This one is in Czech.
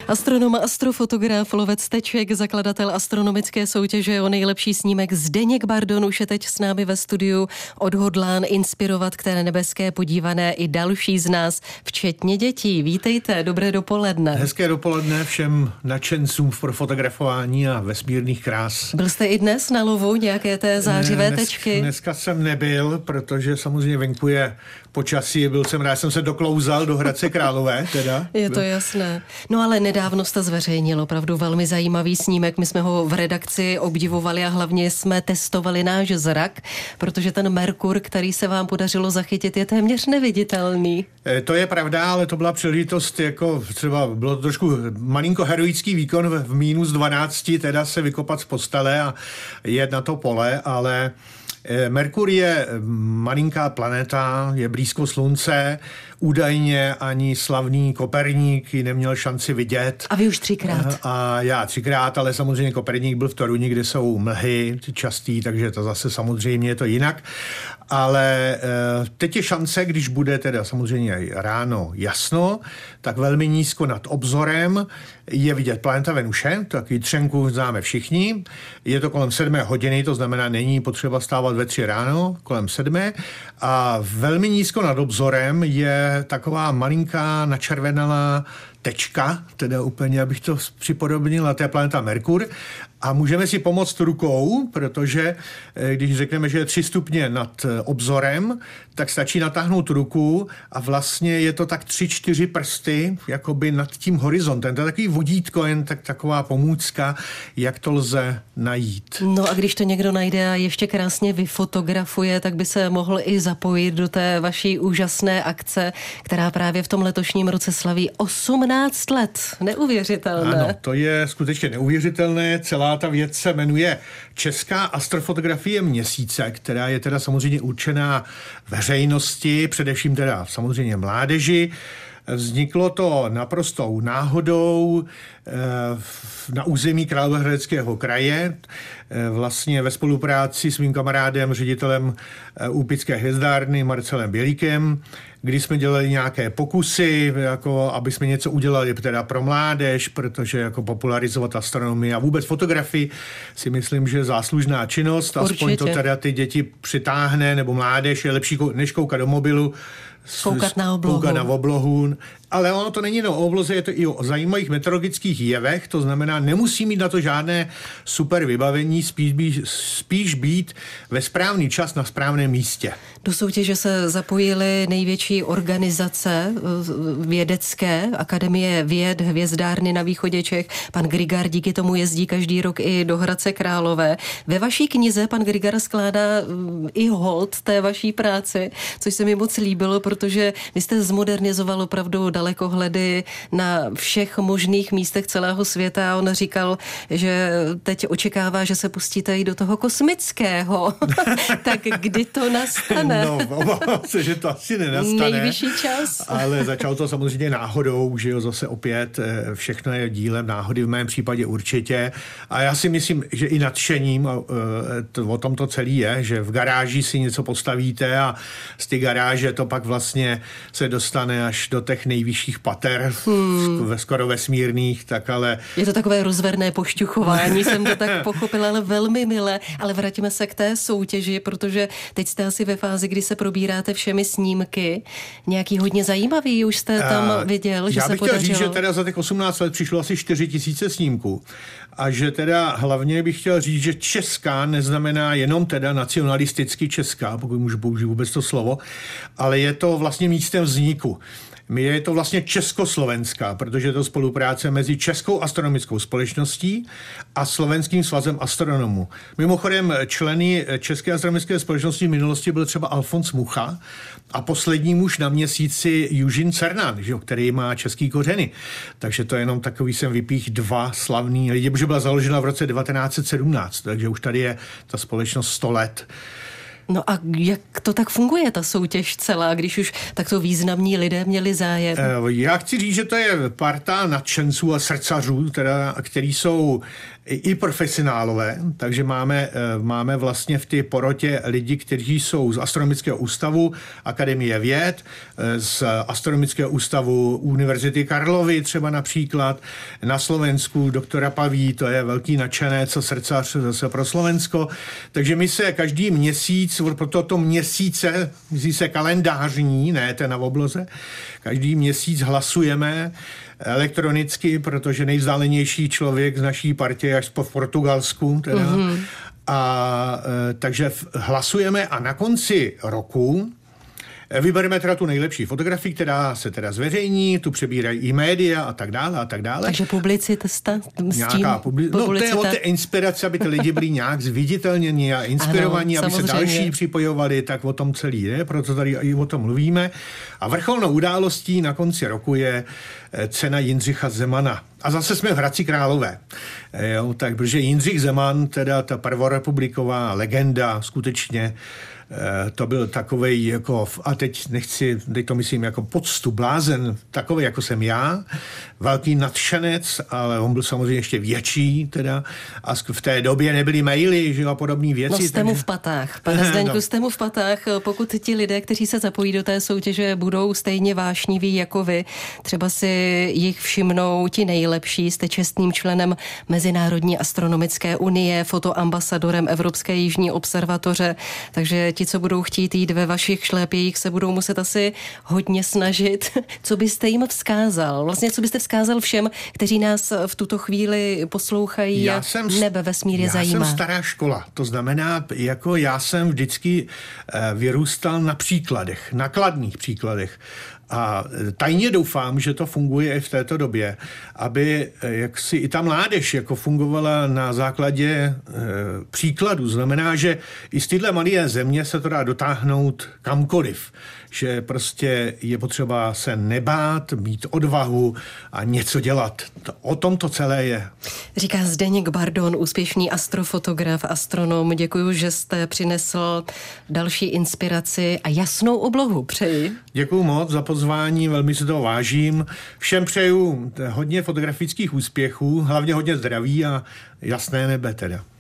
Astronom, astrofotograf, lovec teček, zakladatel astronomické soutěže o nejlepší snímek Zdeněk Bardon už je teď s námi ve studiu, odhodlán inspirovat k té nebeské podívané i další z nás, včetně dětí. Vítejte, dobré dopoledne. Hezké dopoledne všem nadšencům pro fotografování a vesmírných krás. Byl jste i dnes na lovu nějaké té zářivé tečky? Dneska jsem nebyl, protože samozřejmě venku je počasí, byl jsem rád, jsem se doklouzal do Hradce Králové. Teda. Je to jasné. No ale nedávno jste zveřejnil opravdu velmi zajímavý snímek. My jsme ho v redakci obdivovali a hlavně jsme testovali náš zrak, protože ten Merkur, který se vám podařilo zachytit, je téměř neviditelný. To je pravda, ale to byla příležitost, jako třeba bylo to trošku malinko heroický výkon v minus 12, teda se vykopat z postele a jet na to pole, ale Merkur je malinká planeta, je blízko Slunce, údajně ani slavný Koperník ji neměl šanci vidět. A vy už 3krát. A já 3krát, ale samozřejmě Koperník byl v Toruni, kde jsou mlhy častý, takže to zase samozřejmě je to jinak. Ale teď je šance, když bude teda samozřejmě ráno jasno, tak velmi nízko nad obzorem je vidět planeta Venuše, takový třenku známe všichni. Je to kolem 7 hodiny, to znamená, není potřeba stávat ve 3 ráno, kolem 7. A velmi nízko nad obzorem je taková malinká načervenalá tečka, teda úplně, abych to připodobnil, a to je planeta Merkur. A můžeme si pomoct rukou, protože když řekneme, že je 3 stupně nad obzorem, tak stačí natáhnout ruku a vlastně je to tak 3-4 prsty jakoby nad tím horizontem. To je takový vodítko, jen taková pomůcka, jak to lze najít. No a když to někdo najde a ještě krásně vyfotografuje, tak by se mohl i zapojit do té vaší úžasné akce, která právě v tom letošním roce slaví 18 let. Neuvěřitelné. Ano, to je skutečně neuvěřitelné. Celá ta věc se jmenuje Česká astrofotografie měsíce, která je teda samozřejmě určená veřejnosti, především teda samozřejmě mládeži. Vzniklo to naprostou náhodou na území Královéhradeckého kraje, vlastně ve spolupráci s mým kamarádem, ředitelem Úpické hvězdárny Marcelem Bělíkem, kdy jsme dělali nějaké pokusy, jako aby jsme něco udělali teda pro mládež, protože jako popularizovat astronomii a vůbec fotografii si myslím, že je záslužná činnost. Určitě. Aspoň to teda ty děti přitáhne, nebo mládež je lepší než koukat do mobilu. Koukat na oblohu. Koukat na oblohu. Ale ono to není jen o obloze, je to i o zajímavých meteorologických jevech, to znamená, nemusí mít na to žádné super vybavení, spíš být ve správný čas na správném místě. Do soutěže se zapojily největší organizace vědecké, Akademie věd, hvězdárny na východě Čech. Pan Grigar díky tomu jezdí každý rok i do Hradce Králové. Ve vaší knize pan Grigar skládá i hold té vaší práci, což se mi moc líbilo, protože vy jste zmodernizoval opravdu dalekohledy na všech možných místech celého světa a on říkal, že teď očekává, že se pustíte i do toho kosmického. Tak kdy to nastane? No, obávám se, že to asi nenastane. Nejvyšší čas. Ale začalo to samozřejmě náhodou, že jo, zase opět všechno je dílem náhody, v mém případě určitě. A já si myslím, že i nadšením o tom to celý je, že v garáži si něco postavíte a z ty garáže to pak vlastně se dostane až do těch nejvyšších pater, skoro vesmírných, tak ale... Je to takové rozverné pošťuchování, jsem to tak pochopila, ale velmi milé. Ale vraťme se k té soutěži, protože teď jste asi ve fázi, kdy se probíráte všemi snímky. Nějaký hodně zajímavý, už jste tam viděl, že se podařilo. Já bych chtěl říct, že teda za těch 18 let přišlo asi 4 000 snímků. A že teda hlavně bych chtěl říct, že česká neznamená jenom teda nacionalisticky česká, pokud můžu použít vůbec to slovo, ale je to vlastně místem vzniku. Je to vlastně československá, protože je to spolupráce mezi Českou astronomickou společností a Slovenským svazem astronomů. Mimochodem členy České astronomické společnosti v minulosti byl třeba Alfons Mucha a poslední muž na Měsíci Eugene Cernan, který má český kořeny. Takže to jenom takový jsem vypích 2 slavný lidi, protože byla založena v roce 1917, takže už tady je ta společnost 100 let. No a jak to tak funguje, ta soutěž celá, když už takto významní lidé měli zájem? Já chci říct, že to je parta nadšenců a srdcařů, teda, který jsou i profesionálové, takže máme vlastně v té porotě lidi, kteří jsou z Astronomického ústavu Akademie věd, z Astronomického ústavu Univerzity Karlovy třeba například, na Slovensku doktora Paví, to je velký nadšenec a srdcař zase pro Slovensko, takže my se každý měsíc, pro toto měsíce, myslí se kalendářní, ne ten na obloze, každý měsíc hlasujeme elektronicky, protože nejvzdálenější člověk z naší partě je až v Portugalsku. Teda. Takže hlasujeme a na konci roku vybereme teda tu nejlepší fotografii, která se teda zveřejní, tu přebírají i média a tak dále a tak dále. Takže publicita nějaká no to je o té inspiraci, aby ty lidi byli nějak zviditelněni a inspirovaní, ano, aby se další připojovali, tak o tom celý je, proto tady i o tom mluvíme. A vrcholnou událostí na konci roku je cena Jindřicha Zemana. A zase jsme v Hradci Králové. Jo, tak, protože Jindřich Zeman, teda ta prvorepubliková legenda, skutečně to byl takovej jako, a teď to myslím jako poctu, blázen, takovej jako jsem já, velký nadšenec, ale on byl samozřejmě ještě větší teda a v té době nebyly maily, že a podobné věci. No jste mu v patách, pane Zdeňku, jste mu v patách, pokud ti lidé, kteří se zapojí do té soutěže, budou stejně vášniví jako vy, třeba si jich všimnou ti nejlepší, jste čestným členem Mezinárodní astronomické unie, fotoambasadorem Evropské jižní observatoře, takže ti, co budou chtít jít ve vašich šlépějích, se budou muset asi hodně snažit. Co byste jim vzkázal? Vlastně, co byste vzkázal všem, kteří nás v tuto chvíli poslouchají a nebe vesmír je zajímá? Já jsem stará škola, to znamená, jako já jsem vždycky vyrůstal na příkladech, na kladných příkladech. A tajně doufám, že to funguje i v této době, aby jaksi i ta mládež jako fungovala na základě příkladu. Znamená, že i z téhle malé země se to dá dotáhnout kamkoliv. Že prostě je potřeba se nebát, mít odvahu a něco dělat. O tom to celé je. Říká Zdeněk Bardon, úspěšný astrofotograf, astronom. Děkuji, že jste přinesl další inspiraci a jasnou oblohu. Přeji. Děkuji moc za pozvání, velmi si toho vážím. Všem přeju hodně fotografických úspěchů, hlavně hodně zdraví a jasné nebe teda.